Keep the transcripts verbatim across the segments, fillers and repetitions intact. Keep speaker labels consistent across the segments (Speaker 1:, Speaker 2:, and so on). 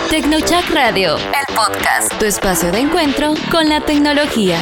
Speaker 1: Tecnochac Radio, el podcast, tu espacio de encuentro con la tecnología.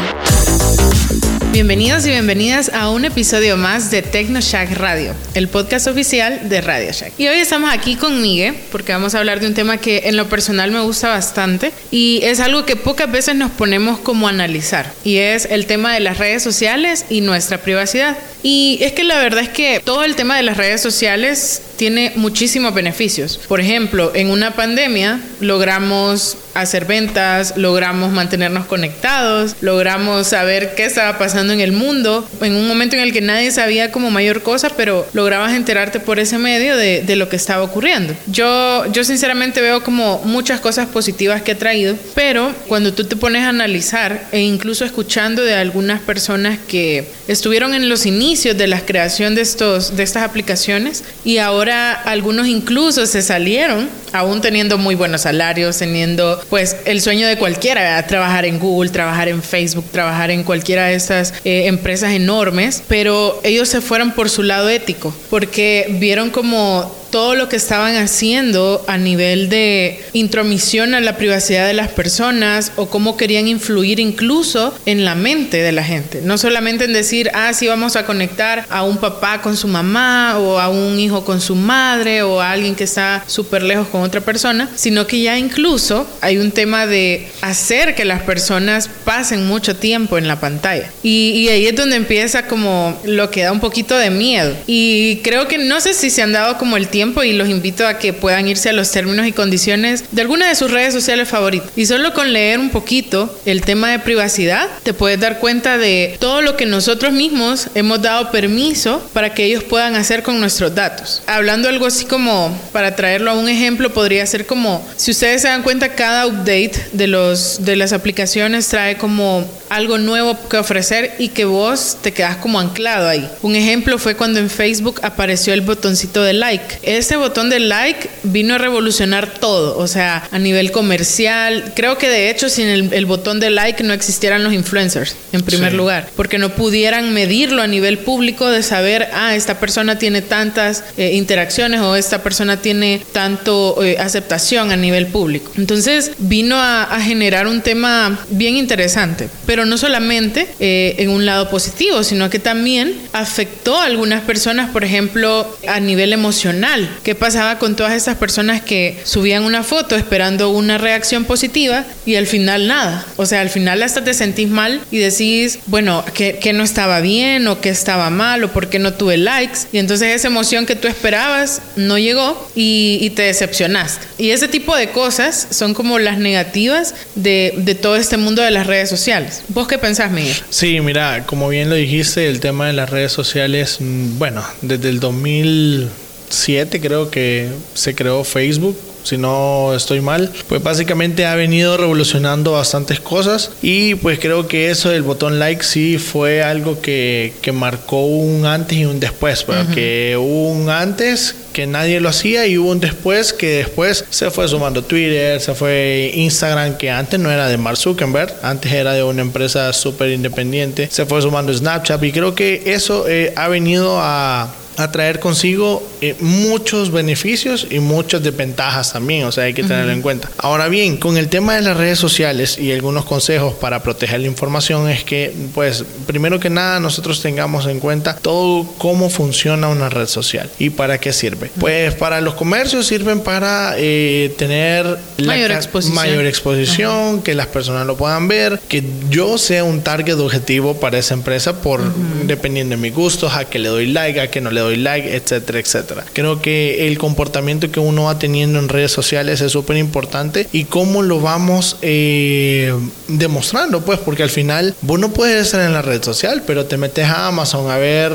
Speaker 2: Bienvenidos y bienvenidas a un episodio más de Tecnochac Radio, el podcast oficial de Radio Shack. Y hoy estamos aquí con Miguel porque vamos a hablar de un tema que en lo personal me gusta bastante y es algo que pocas veces nos ponemos como a analizar, y es el tema de las redes sociales y nuestra privacidad. Y es que la verdad es que todo el tema de las redes sociales tiene muchísimos beneficios. Por ejemplo, en una pandemia logramos hacer ventas, logramos mantenernos conectados, logramos saber qué estaba pasando en el mundo, en un momento en el que nadie sabía como mayor cosa, pero lograbas enterarte por ese medio de, de lo que estaba ocurriendo. Yo, yo sinceramente veo como muchas cosas positivas que ha traído, pero cuando tú te pones a analizar e incluso escuchando de algunas personas que estuvieron en los inicios de la creación de, estos, de estas aplicaciones y ahora algunos incluso se salieron, aún teniendo muy buenos salarios, teniendo pues el sueño de cualquiera, ¿verdad? Trabajar en Google, trabajar en Facebook, trabajar en cualquiera de estas eh, empresas enormes, pero ellos se fueron por su lado ético, porque vieron como todo lo que estaban haciendo a nivel de intromisión a la privacidad de las personas o cómo querían influir incluso en la mente de la gente. No solamente en decir, ah, sí, vamos a conectar a un papá con su mamá o a un hijo con su madre o a alguien que está súper lejos con otra persona, sino que ya incluso hay un tema de hacer que las personas pasen mucho tiempo en la pantalla. Y, y ahí es donde empieza como lo que da un poquito de miedo. Y creo que no sé si se han dado como el tiempo y los invito a que puedan irse a los términos y condiciones de alguna de sus redes sociales favoritas. Y solo con leer un poquito el tema de privacidad, te puedes dar cuenta de todo lo que nosotros mismos hemos dado permiso para que ellos puedan hacer con nuestros datos. Hablando algo así como, para traerlo a un ejemplo, podría ser como, si ustedes se dan cuenta, cada update de, los, de las aplicaciones trae como algo nuevo que ofrecer y que vos te quedas como anclado ahí. Un ejemplo fue cuando en Facebook apareció el botoncito de like. Este botón de like vino a revolucionar todo, o sea, a nivel comercial. Creo que de hecho sin el, el botón de like no existieran los influencers, en primer sí. lugar, porque no pudieran medirlo a nivel público de saber, ah, esta persona tiene tantas eh, interacciones o esta persona tiene tanto eh, aceptación a nivel público. Entonces vino a, a generar un tema bien interesante, pero no solamente eh, en un lado positivo, sino que también afectó a algunas personas, por ejemplo, a nivel emocional. ¿Qué pasaba con todas esas personas que subían una foto esperando una reacción positiva y al final nada? O sea, al final hasta te sentís mal y decís, bueno, que, que no estaba bien o que estaba mal o por qué no tuve likes, y entonces esa emoción que tú esperabas no llegó y, y te decepcionaste. Y ese tipo de cosas son como las negativas de, de todo este mundo de las redes sociales. ¿Vos qué pensás, Miguel?
Speaker 3: Sí, mira, como bien lo dijiste, el tema de las redes sociales, bueno, desde el dos mil siete creo que se creó Facebook, si no estoy mal, pues básicamente ha venido revolucionando bastantes cosas y pues creo que eso del botón like sí fue algo que, que marcó un antes y un después, pero uh-huh. que hubo un antes que nadie lo hacía y hubo un después que después se fue sumando Twitter, se fue Instagram, que antes no era de Mark Zuckerberg, antes era de una empresa súper independiente, se fue sumando Snapchat y creo que eso eh, ha venido a a traer consigo eh, muchos beneficios y muchas desventajas también, o sea, hay que tenerlo uh-huh. en cuenta. Ahora bien, con el tema de las redes sociales y algunos consejos para proteger la información es que, pues, primero que nada, nosotros tengamos en cuenta todo cómo funciona una red social y para qué sirve. Uh-huh. Pues para los comercios sirven para eh, tener
Speaker 2: mayor
Speaker 3: la,
Speaker 2: exposición,
Speaker 3: mayor exposición uh-huh. que las personas lo puedan ver, que yo sea un target objetivo para esa empresa por uh-huh. dependiendo de mis gustos, a que le doy like, a que no le doy like, etcétera, etcétera. Creo que el comportamiento que uno va teniendo en redes sociales es súper importante y cómo lo vamos eh, demostrando, pues, porque al final vos no puedes estar en la red social, pero te metes a Amazon a ver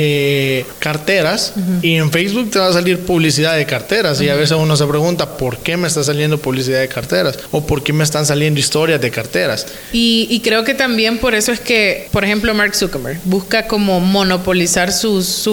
Speaker 3: eh, carteras uh-huh. y en Facebook te va a salir publicidad de carteras uh-huh. y a veces uno se pregunta, ¿por qué me está saliendo publicidad de carteras? ¿O por qué me están saliendo historias de carteras?
Speaker 2: Y, y creo que también por eso es que, por ejemplo, Mark Zuckerberg busca como monopolizar sus, sus proyectos.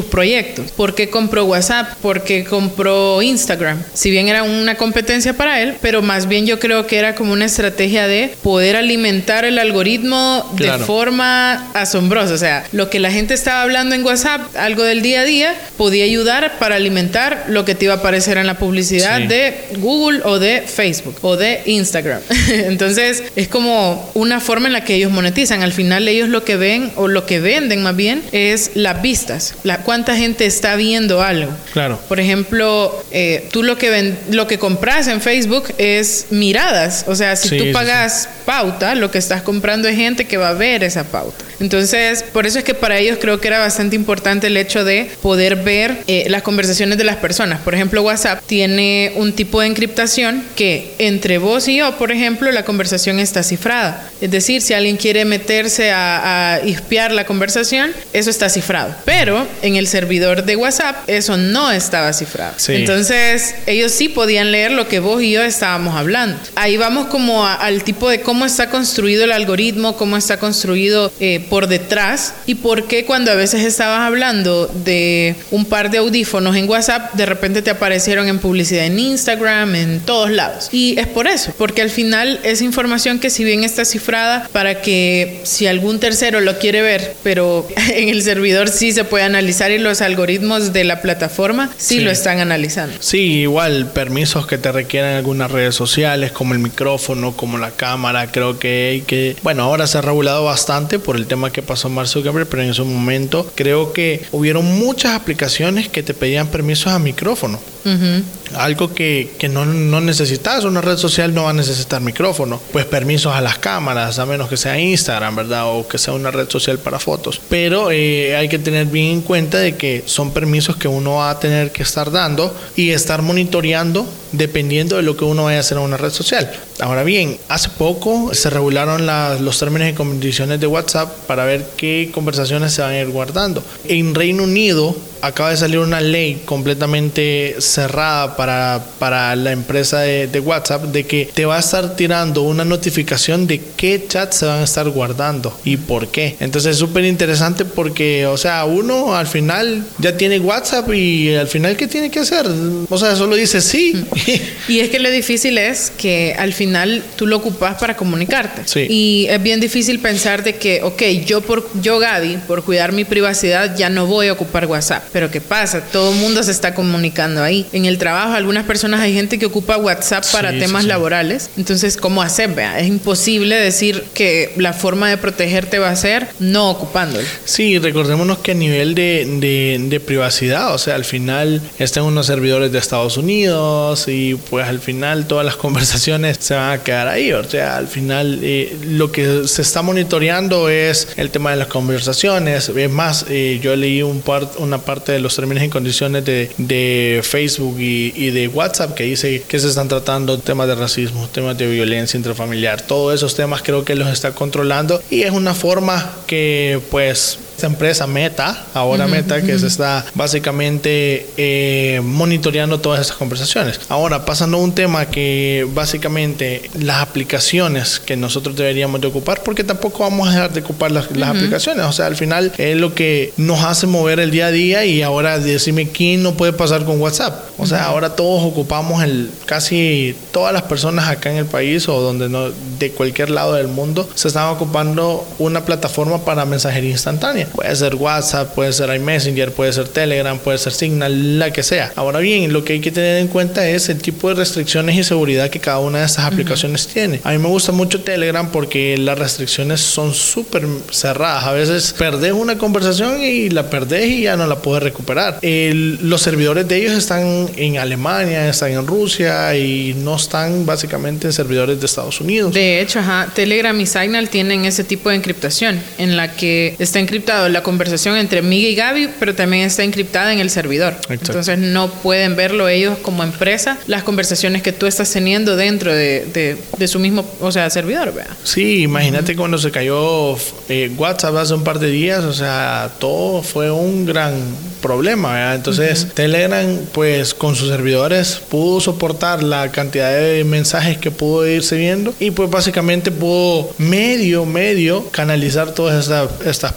Speaker 2: directo. ¿Por qué compró WhatsApp? ¿Por qué compró Instagram? Si bien era una competencia para él, pero más bien yo creo que era como una estrategia de poder alimentar el algoritmo claro. de forma asombrosa. O sea, lo que la gente estaba hablando en WhatsApp, algo del día a día, podía ayudar para alimentar lo que te iba a aparecer en la publicidad sí. de Google o de Facebook o de Instagram. Entonces, es como una forma en la que ellos monetizan. Al final, ellos lo que ven o lo que venden más bien es las vistas. La, cuánta gente está viendo algo.
Speaker 3: Claro.
Speaker 2: Por ejemplo, eh, tú lo que ven, lo que compras en Facebook es miradas. O sea, si sí, tú pagas sí, sí. pauta, lo que estás comprando es gente que va a ver esa pauta. Entonces, por eso es que para ellos creo que era bastante importante el hecho de poder ver eh, las conversaciones de las personas. Por ejemplo, WhatsApp tiene un tipo de encriptación que entre vos y yo, por ejemplo, la conversación está cifrada. Es decir, si alguien quiere meterse a, a espiar la conversación, eso está cifrado. Pero en el servidor de WhatsApp, eso no estaba cifrado. Sí. Entonces, ellos sí podían leer lo que vos y yo estábamos hablando. Ahí vamos como a, al tipo de cómo está construido el algoritmo, cómo está construido eh, por detrás y por qué cuando a veces estabas hablando de un par de audífonos en WhatsApp, de repente te aparecieron en publicidad en Instagram, en todos lados. Y es por eso, porque al final es información que si bien está cifrada para que si algún tercero lo quiere ver, pero en el servidor sí se puede analizar y los algoritmos de la plataforma sí, sí. lo están analizando.
Speaker 3: Sí, igual permisos que te requieren algunas redes sociales, como el micrófono, como la cámara, creo que hay que... Bueno, ahora se ha regulado bastante por el tema que pasó Mark Zuckerberg, pero en ese momento creo que hubieron muchas aplicaciones que te pedían permisos a micrófono. Uh-huh. Algo que, que no, no necesitas. Una red social no va a necesitar micrófono. Pues permisos a las cámaras, a menos que sea Instagram, ¿verdad? O que sea una red social para fotos. Pero eh, hay que tener bien en cuenta de que son permisos que uno va a tener que estar dando y estar monitoreando dependiendo de lo que uno vaya a hacer en una red social. Ahora bien, hace poco se regularon la, los términos y condiciones de WhatsApp para ver qué conversaciones se van a ir guardando. En Reino Unido acaba de salir una ley completamente cerrada para, para la empresa de, de WhatsApp de que te va a estar tirando una notificación de qué chats se van a estar guardando y por qué. Entonces es súper interesante porque, o sea, uno al final ya tiene WhatsApp y al final ¿qué tiene que hacer? O sea, solo dice sí.
Speaker 2: Y es que lo difícil es que al final tú lo ocupas para comunicarte.
Speaker 3: Sí.
Speaker 2: Y es bien difícil pensar de que, ok, yo, por, yo Gaby, por cuidar mi privacidad ya no voy a ocupar WhatsApp. Pero ¿qué pasa? Todo el mundo se está comunicando ahí. En el trabajo, algunas personas, hay gente que ocupa WhatsApp para sí, temas sí, sí. laborales. Entonces, ¿cómo hacer? Vea, es imposible decir que la forma de protegerte va a ser no ocupándolo.
Speaker 3: Sí, recordémonos que a nivel de, de, de privacidad, o sea, al final están unos servidores de Estados Unidos y pues al final todas las conversaciones se van a quedar ahí. O sea, al final eh, lo que se está monitoreando es el tema de las conversaciones. Es más, eh, yo leí un par, una parte de los términos y condiciones de, de Facebook y, y de WhatsApp que dice que se están tratando temas de racismo, temas de violencia intrafamiliar, todos esos temas creo que los está controlando y es una forma que pues esta empresa Meta, ahora uh-huh, Meta, uh-huh. que se está básicamente eh, monitoreando todas esas conversaciones. Ahora, pasando a un tema que básicamente las aplicaciones que nosotros deberíamos de ocupar, porque tampoco vamos a dejar de ocupar las, uh-huh. las aplicaciones, o sea, al final es lo que nos hace mover el día a día y ahora decime quién no puede pasar con WhatsApp. O sea, uh-huh. ahora todos ocupamos el, casi todas las personas acá en el país o donde no, de cualquier lado del mundo se están ocupando una plataforma para mensajería instantánea. Puede ser WhatsApp, puede ser iMessenger, puede ser Telegram, puede ser Signal, la que sea. Ahora bien, lo que hay que tener en cuenta es el tipo de restricciones y seguridad que cada una de estas aplicaciones uh-huh. tiene. A mí me gusta mucho Telegram porque las restricciones son súper cerradas. A veces perdés una conversación y la perdés y ya no la puedes recuperar. El, los servidores de ellos están en Alemania, están en Rusia y no están básicamente en servidores de Estados Unidos.
Speaker 2: De hecho, ajá, Telegram y Signal tienen ese tipo de encriptación en la que está encriptado la conversación entre Miguel y Gaby, pero también está encriptada en el servidor. Exacto. Entonces no pueden verlo ellos como empresa, las conversaciones que tú estás teniendo dentro de, de, de su mismo, o sea, servidor, ¿verdad?
Speaker 3: Sí, imagínate uh-huh. cuando se cayó eh, WhatsApp hace un par de días, o sea, todo fue un gran problema, ¿verdad? Entonces uh-huh. Telegram, pues con sus servidores pudo soportar la cantidad de mensajes que pudo irse viendo y pues básicamente pudo medio, medio canalizar todas estas, estas personas.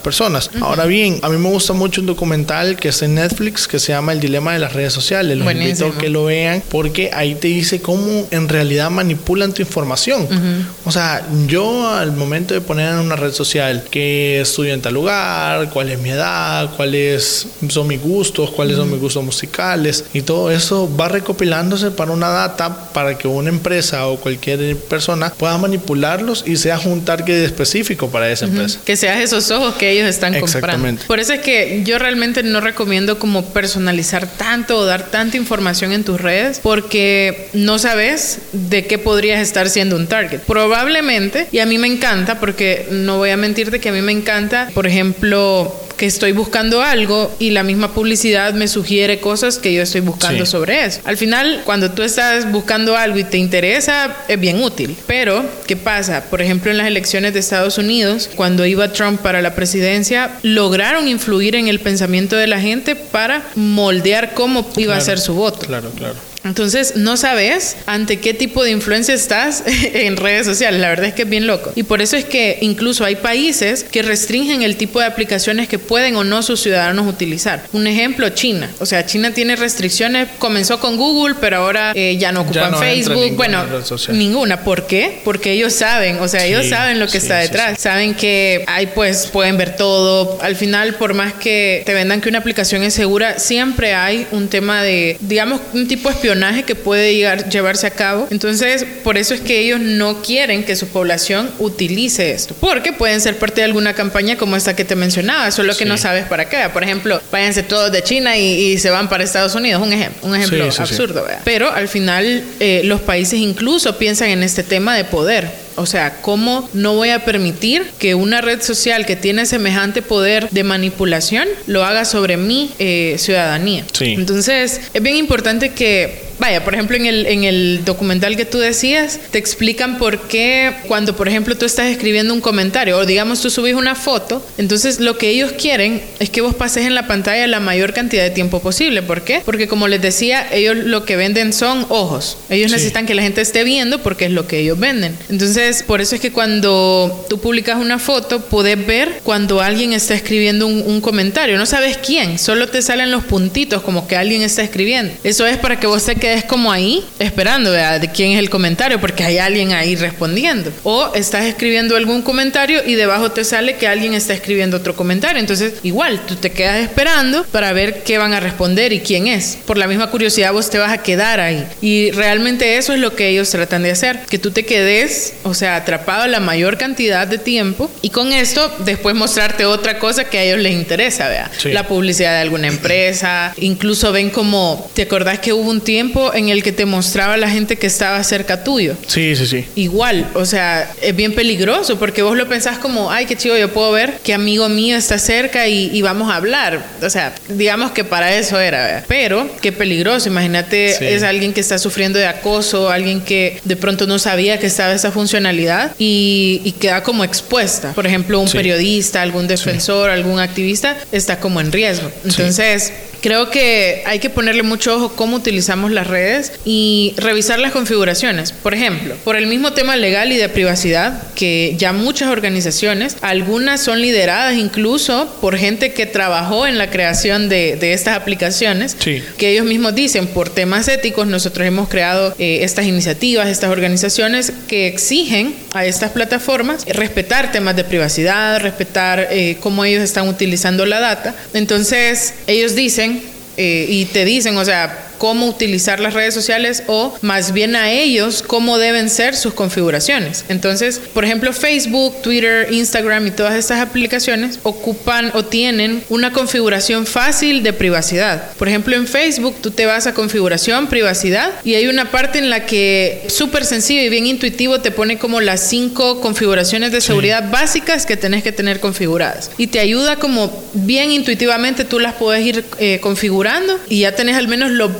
Speaker 3: personas. Uh-huh. Ahora bien, a mí me gusta mucho un documental que está en Netflix que se llama El dilema de las redes sociales. Los
Speaker 2: Buenísimo.
Speaker 3: invito a que lo vean porque ahí te dice cómo en realidad manipulan tu información. Uh-huh. O sea, yo al momento de poner en una red social que estudio en tal lugar, cuál es mi edad, cuáles son mis gustos, cuáles uh-huh. son mis gustos musicales y todo eso va recopilándose para una data para que una empresa o cualquier persona pueda manipularlos y sea un target específico para esa uh-huh. empresa.
Speaker 2: Que seas esos ojos que ellos están comprando. Por eso es que yo realmente no recomiendo como personalizar tanto o dar tanta información en tus redes porque no sabes de qué podrías estar siendo un target. Probablemente, y a mí me encanta porque no voy a mentirte que a mí me encanta, por ejemplo, que estoy buscando algo y la misma publicidad me sugiere cosas que yo estoy buscando sí. sobre eso. Al final, cuando tú estás buscando algo y te interesa, es bien útil. Pero, ¿qué pasa? Por ejemplo, en las elecciones de Estados Unidos, cuando iba Trump para la presidencia, lograron influir en el pensamiento de la gente para moldear cómo iba
Speaker 3: claro,
Speaker 2: a ser su voto.
Speaker 3: Claro, claro.
Speaker 2: Entonces, no sabes ante qué tipo de influencia estás en redes sociales. La verdad es que es bien loco. Y por eso es que incluso hay países que restringen el tipo de aplicaciones que pueden o no sus ciudadanos utilizar. Un ejemplo, China. O sea, China tiene restricciones. Comenzó con Google, pero ahora eh, ya no ocupan
Speaker 3: ya no
Speaker 2: Facebook. Bueno, ninguna. ¿Por qué? Porque ellos saben. O sea, sí, ellos saben lo que sí, está detrás. Sí, sí. Saben que ahí pues pueden ver todo. Al final, por más que te vendan que una aplicación es segura, siempre hay un tema de, digamos, un tipo de espionaje que puede llegar, llevarse a cabo. Entonces, por eso es que ellos no quieren que su población utilice esto, porque pueden ser parte de alguna campaña como esta que te mencionaba, solo que sí. no sabes para qué. Por ejemplo, váyanse todos de China y, y se van para Estados Unidos. Un ejemplo, un ejemplo sí, sí, absurdo, sí. ¿verdad? Pero al final, eh, los países incluso piensan en este tema de poder. O sea, ¿cómo no voy a permitir que una red social que tiene semejante poder de manipulación lo haga sobre mi eh, ciudadanía? Sí. Entonces, es bien importante que, vaya, por ejemplo, en el, en el documental que tú decías, te explican por qué cuando, por ejemplo, tú estás escribiendo un comentario o, digamos, tú subís una foto, entonces lo que ellos quieren es que vos pases en la pantalla la mayor cantidad de tiempo posible. ¿Por qué? Porque, como les decía, ellos lo que venden son ojos. Ellos sí. necesitan que la gente esté viendo porque es lo que ellos venden. Entonces, por eso es que cuando tú publicas una foto, puedes ver cuando alguien está escribiendo un, un comentario. No sabes quién, solo te salen los puntitos como que alguien está escribiendo. Eso es para que vos te quedes como ahí esperando, ¿verdad?, de quién es el comentario, porque hay alguien ahí respondiendo. O estás escribiendo algún comentario y debajo te sale que alguien está escribiendo otro comentario. Entonces, igual, tú te quedas esperando para ver qué van a responder y quién es. Por la misma curiosidad, vos te vas a quedar ahí. Y realmente eso es lo que ellos tratan de hacer, que tú te quedes, o sea, atrapado la mayor cantidad de tiempo y con esto después mostrarte otra cosa que a ellos les interesa, ¿verdad? Sí. La publicidad de alguna empresa, incluso ven como, ¿te acordás que hubo un tiempo en el que te mostraba la gente que estaba cerca tuyo?
Speaker 3: Sí, sí, sí.
Speaker 2: Igual, o sea, es bien peligroso porque vos lo pensás como, ay, qué chido, yo puedo ver que amigo mío está cerca y, y vamos a hablar. O sea, digamos que para eso era, ¿verdad? Pero qué peligroso, imagínate, sí. es alguien que está sufriendo de acoso, alguien que de pronto no sabía que estaba esa funcionalidad y, y queda como expuesta. Por ejemplo, un sí. periodista, algún defensor, sí. algún activista está como en riesgo. Entonces, sí. creo que hay que ponerle mucho ojo cómo utilizamos las redes y revisar las configuraciones. Por ejemplo, por el mismo tema legal y de privacidad, que ya muchas organizaciones, algunas son lideradas incluso por gente que trabajó en la creación de, de estas aplicaciones, sí. que ellos mismos dicen, por temas éticos, nosotros hemos creado eh, estas iniciativas, estas organizaciones que exigen a estas plataformas respetar temas de privacidad, respetar eh, cómo ellos están utilizando la data. Entonces, ellos dicen eh, y te dicen, o sea, cómo utilizar las redes sociales o más bien a ellos cómo deben ser sus configuraciones. Entonces, por ejemplo, Facebook, Twitter, Instagram y todas estas aplicaciones ocupan o tienen una configuración fácil de privacidad. Por ejemplo, en Facebook tú te vas a configuración, privacidad y hay una parte en la que súper sencillo y bien intuitivo te pone como las cinco configuraciones de seguridad sí. básicas que tenés que tener configuradas y te ayuda como bien intuitivamente, tú las puedes ir eh, configurando y ya tenés al menos lo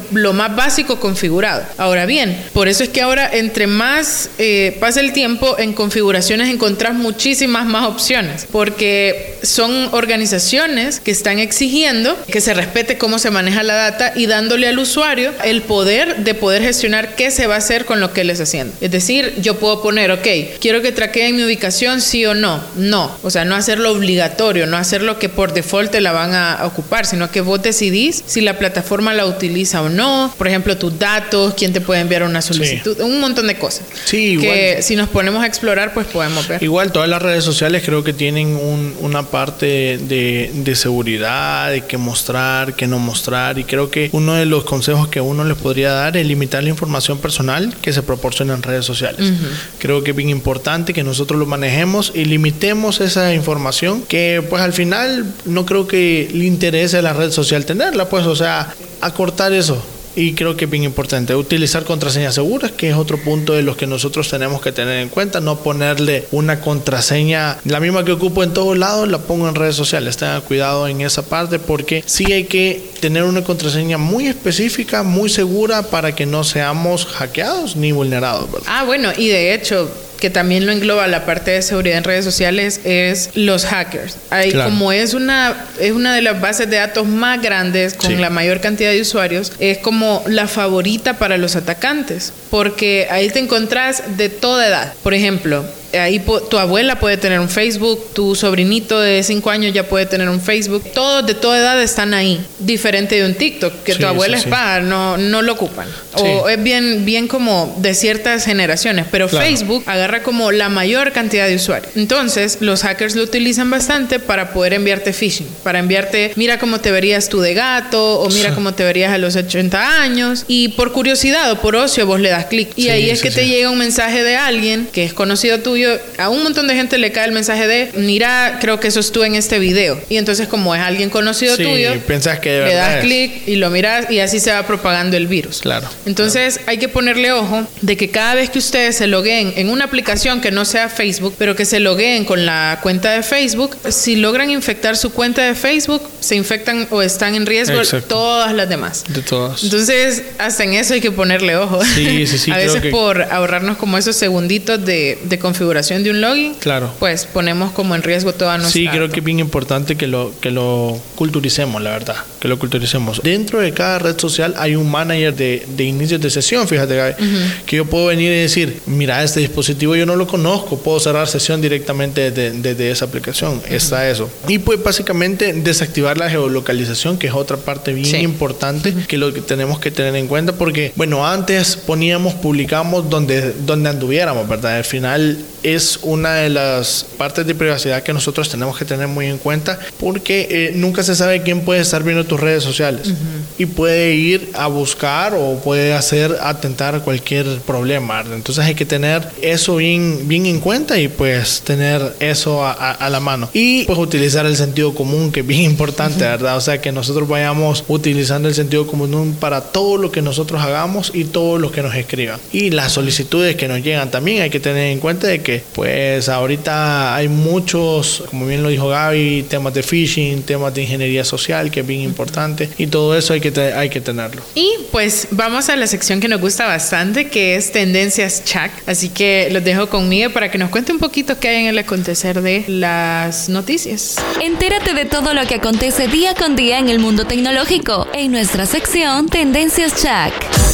Speaker 2: lo más básico configurado. Ahora bien, por eso es que ahora entre más eh, pasa el tiempo, en configuraciones encontrás muchísimas más opciones, porque son organizaciones que están exigiendo que se respete cómo se maneja la data y dándole al usuario el poder de poder gestionar qué se va a hacer con lo que él está haciendo. Es decir, yo puedo poner, ok, quiero que traqueen mi ubicación, sí o no. No, o sea, no hacerlo obligatorio, no hacerlo que por default te la van a ocupar, sino que vos decidís si la plataforma la utiliza o no. Por ejemplo, tus datos, quién te puede enviar una solicitud, sí. Un montón de cosas.
Speaker 3: Sí, igual.
Speaker 2: Que si nos ponemos a explorar, pues podemos ver.
Speaker 3: Igual, todas las redes sociales creo que tienen un, una parte de, de seguridad, de qué mostrar, qué no mostrar, y creo que uno de los consejos que uno les podría dar es limitar la información personal que se proporciona en redes sociales. Uh-huh. Creo que es bien importante que nosotros lo manejemos y limitemos esa información que pues al final no creo que le interese a la red social tenerla, pues o sea, acortar eso. Y creo que es bien importante utilizar contraseñas seguras, que es otro punto de los que nosotros tenemos que tener en cuenta. No ponerle una contraseña, la misma que ocupo en todos lados, la pongo en redes sociales. Tengan cuidado en esa parte, porque sí hay que tener una contraseña muy específica, muy segura, para que no seamos hackeados ni vulnerados, ¿verdad?
Speaker 2: Ah, bueno, y de hecho, que también lo engloba la parte de seguridad en redes sociales, es los hackers. Ahí, claro. Como es una, es una de las bases de datos más grandes, con sí. la mayor cantidad de usuarios, es como la favorita para los atacantes, porque ahí te encontrás de toda edad. Por ejemplo, ahí tu abuela puede tener un Facebook, tu sobrinito de cinco años ya puede tener un Facebook. Todos de toda edad están ahí. Diferente de un TikTok, que sí, tu abuela sí, es paga, sí. no, no lo ocupan. Sí. O es bien, bien como de ciertas generaciones. Pero claro. Facebook agarra como la mayor cantidad de usuarios. Entonces, los hackers lo utilizan bastante para poder enviarte phishing. Para enviarte, mira cómo te verías tú de gato, o mira sí. cómo te verías a los ochenta años. Y por curiosidad o por ocio, vos le das clic. Y sí, ahí es sí, que sí. te llega un mensaje de alguien que es conocido tuyo. A un montón de gente le cae el mensaje de, mira, creo que eso estuvo en este video. Y entonces, como es alguien conocido
Speaker 3: sí,
Speaker 2: tuyo,
Speaker 3: piensas que de
Speaker 2: le das
Speaker 3: es.
Speaker 2: clic y lo miras, y así se va propagando el virus.
Speaker 3: Claro.
Speaker 2: Entonces, claro. hay que ponerle ojo de que cada vez que ustedes se logueen en una aplicación que no sea Facebook, pero que se logueen con la cuenta de Facebook, si logran infectar su cuenta de Facebook, se infectan o están en riesgo Exacto. todas las demás.
Speaker 3: De todas.
Speaker 2: Entonces, hasta en eso hay que ponerle ojo.
Speaker 3: Sí, sí, sí.
Speaker 2: A veces que... por ahorrarnos como esos segunditos de, de configuración de un login,
Speaker 3: claro.
Speaker 2: pues ponemos como en riesgo toda nuestra...
Speaker 3: Sí, creo que es bien importante que lo, que lo culturicemos, la verdad, que lo culturicemos. Dentro de cada red social hay un manager de, de inicios de sesión, fíjate, Gaby, uh-huh. que yo puedo venir y decir, mira, este dispositivo yo no lo conozco, puedo cerrar sesión directamente desde de, de esa aplicación, uh-huh. está eso. Y pues básicamente desactivar la geolocalización, que es otra parte bien sí. importante, uh-huh. que lo que tenemos que tener en cuenta, porque, bueno, antes poníamos, publicamos donde, donde anduviéramos, ¿verdad? Al final es una de las partes de privacidad que nosotros tenemos que tener muy en cuenta, porque eh, nunca se sabe quién puede estar viendo tus redes sociales uh-huh. y puede ir a buscar o puede hacer atentar a cualquier problema. Entonces hay que tener eso bien, bien en cuenta y pues tener eso a, a, a la mano, y pues utilizar el sentido común, que es bien importante, uh-huh. ¿verdad? O sea, que nosotros vayamos utilizando el sentido común para todo lo que nosotros hagamos y todo lo que nos escriban, y las solicitudes que nos llegan también hay que tener en cuenta de que pues ahorita hay muchos, como bien lo dijo Gaby, temas de phishing, temas de ingeniería social, que es bien importante, y todo eso hay que, te- hay que tenerlo.
Speaker 2: Y pues vamos a la sección que nos gusta bastante, que es Tendencias Chuck. Así que los dejo conmigo para que nos cuente un poquito qué hay en el acontecer de las noticias.
Speaker 1: Entérate de todo lo que acontece día con día en el mundo tecnológico en nuestra sección Tendencias Chuck.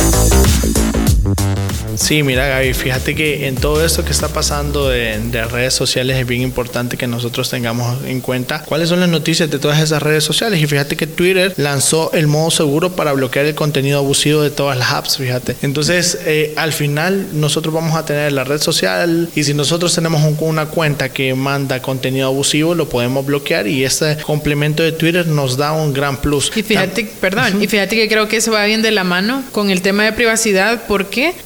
Speaker 3: Sí, mira, Gaby, fíjate que en todo esto que está pasando de, de redes sociales es bien importante que nosotros tengamos en cuenta cuáles son las noticias de todas esas redes sociales. Y fíjate que Twitter lanzó el modo seguro para bloquear el contenido abusivo de todas las apps, fíjate. Entonces, eh, al final nosotros vamos a tener la red social, y si nosotros tenemos un, una cuenta que manda contenido abusivo, lo podemos bloquear, y este complemento de Twitter nos da un gran plus.
Speaker 2: Y fíjate, Tam- perdón, uh-huh. y fíjate que creo que eso va bien de la mano con el tema de privacidad. ¿Por qué? Porque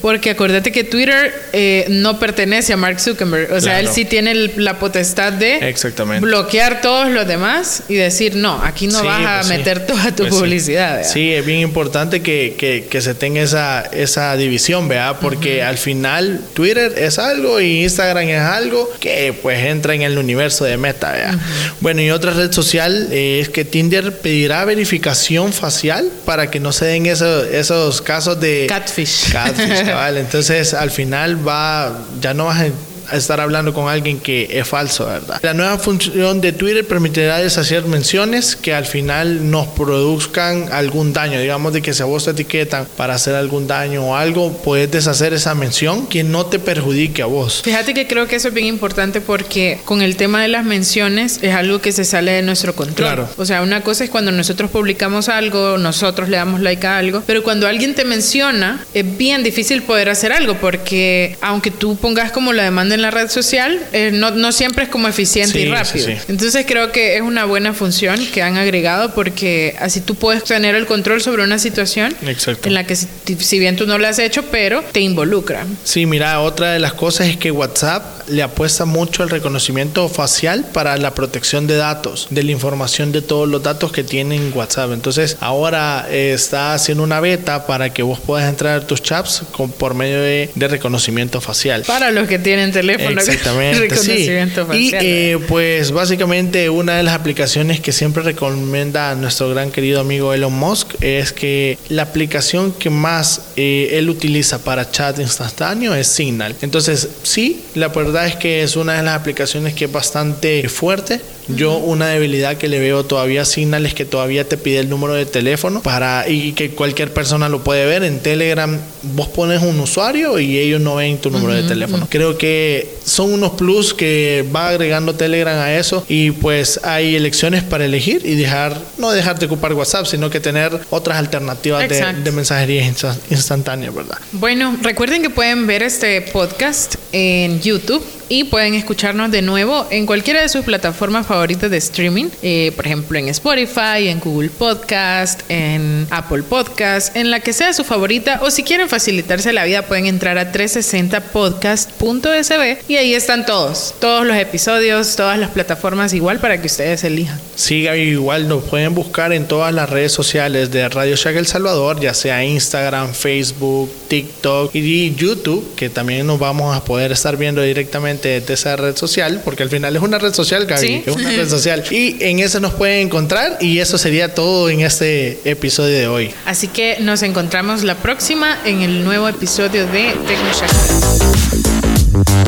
Speaker 2: acordate que Twitter eh, no pertenece a Mark Zuckerberg. O sea,
Speaker 3: Claro.
Speaker 2: él sí tiene el- la potestad de
Speaker 3: Exactamente.
Speaker 2: bloquear todos los demás y decir, no, aquí no
Speaker 3: Sí,
Speaker 2: vas a
Speaker 3: pues sí.
Speaker 2: meter toda tu
Speaker 3: Pues sí.
Speaker 2: publicidad. ¿verdad?
Speaker 3: Sí, es bien importante que, que, que se tenga esa, esa división, ¿verdad? Porque uh-huh. al final Twitter es algo y Instagram es algo que pues entra en el universo de Meta, ¿verdad? Uh-huh. Bueno, y otra red social eh, es que Tinder pedirá verificación facial para que no se den esos, esos casos de
Speaker 2: Catfish.
Speaker 3: Catfish, cabal. Entonces al final va, ya no vas a a estar hablando con alguien que es falso, ¿verdad? La nueva función de Twitter permitirá deshacer menciones que al final nos produzcan algún daño. Digamos de que si a vos te etiquetan para hacer algún daño o algo, puedes deshacer esa mención que no te perjudique a vos.
Speaker 2: Fíjate que creo que eso es bien importante porque con el tema de las menciones es algo que se sale de nuestro control.
Speaker 3: Claro.
Speaker 2: O sea, una cosa es cuando nosotros publicamos algo, nosotros le damos like a algo, pero cuando alguien te menciona, es bien difícil poder hacer algo porque aunque tú pongas como la demanda en la red social, eh, no, no siempre es como eficiente
Speaker 3: sí,
Speaker 2: y rápido.
Speaker 3: Sí, sí.
Speaker 2: Entonces creo que es una buena función que han agregado porque así tú puedes tener el control sobre una situación
Speaker 3: Exacto.
Speaker 2: en la que si, si bien tú no lo has hecho, pero te involucra.
Speaker 3: Sí, mira, otra de las cosas es que WhatsApp le apuesta mucho al reconocimiento facial para la protección de datos, de la información de todos los datos que tienen WhatsApp. Entonces ahora eh, está haciendo una beta para que vos puedas entrar a tus chats con, por medio de, de reconocimiento facial.
Speaker 2: Para los que tienen teléfono.
Speaker 3: Exactamente,
Speaker 2: reconocimiento
Speaker 3: sí.
Speaker 2: facial.
Speaker 3: Y eh, pues básicamente una de las aplicaciones que siempre recomienda a nuestro gran querido amigo Elon Musk es que la aplicación que más eh, él utiliza para chat instantáneo es Signal. Entonces sí, la verdad es que es una de las aplicaciones que es bastante fuerte. Yo una debilidad que le veo todavía a Signal es que todavía te pide el número de teléfono para y que cualquier persona lo puede ver. En Telegram vos pones un usuario y ellos no ven tu número uh-huh, de teléfono. Uh-huh. Creo que son unos plus que va agregando Telegram a eso y pues hay elecciones para elegir y dejar no dejar de ocupar WhatsApp, sino que tener otras alternativas de, de mensajería instantánea, ¿verdad?
Speaker 2: Bueno, recuerden que pueden ver este podcast en YouTube y pueden escucharnos de nuevo en cualquiera de sus plataformas favoritas de streaming, eh, por ejemplo en Spotify, en Google Podcast, en Apple Podcast, en la que sea su favorita, o si quieren facilitarse la vida pueden entrar a trescientos sesenta podcast punto s b y ahí están todos, todos los episodios, todas las plataformas igual para que ustedes elijan.
Speaker 3: Sí, Gaby, igual nos pueden buscar en todas las redes sociales de Radio Shack El Salvador, ya sea Instagram, Facebook, TikTok y YouTube, que también nos vamos a poder estar viendo directamente de esa red social, porque al final es una red social, Gaby, ¿sí? Es una red social. Y en eso nos pueden encontrar y eso sería todo en este episodio de hoy.
Speaker 2: Así que nos encontramos la próxima en el nuevo episodio de TecnoShack.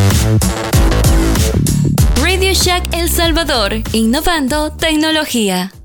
Speaker 1: Radio Shack El Salvador, innovando tecnología.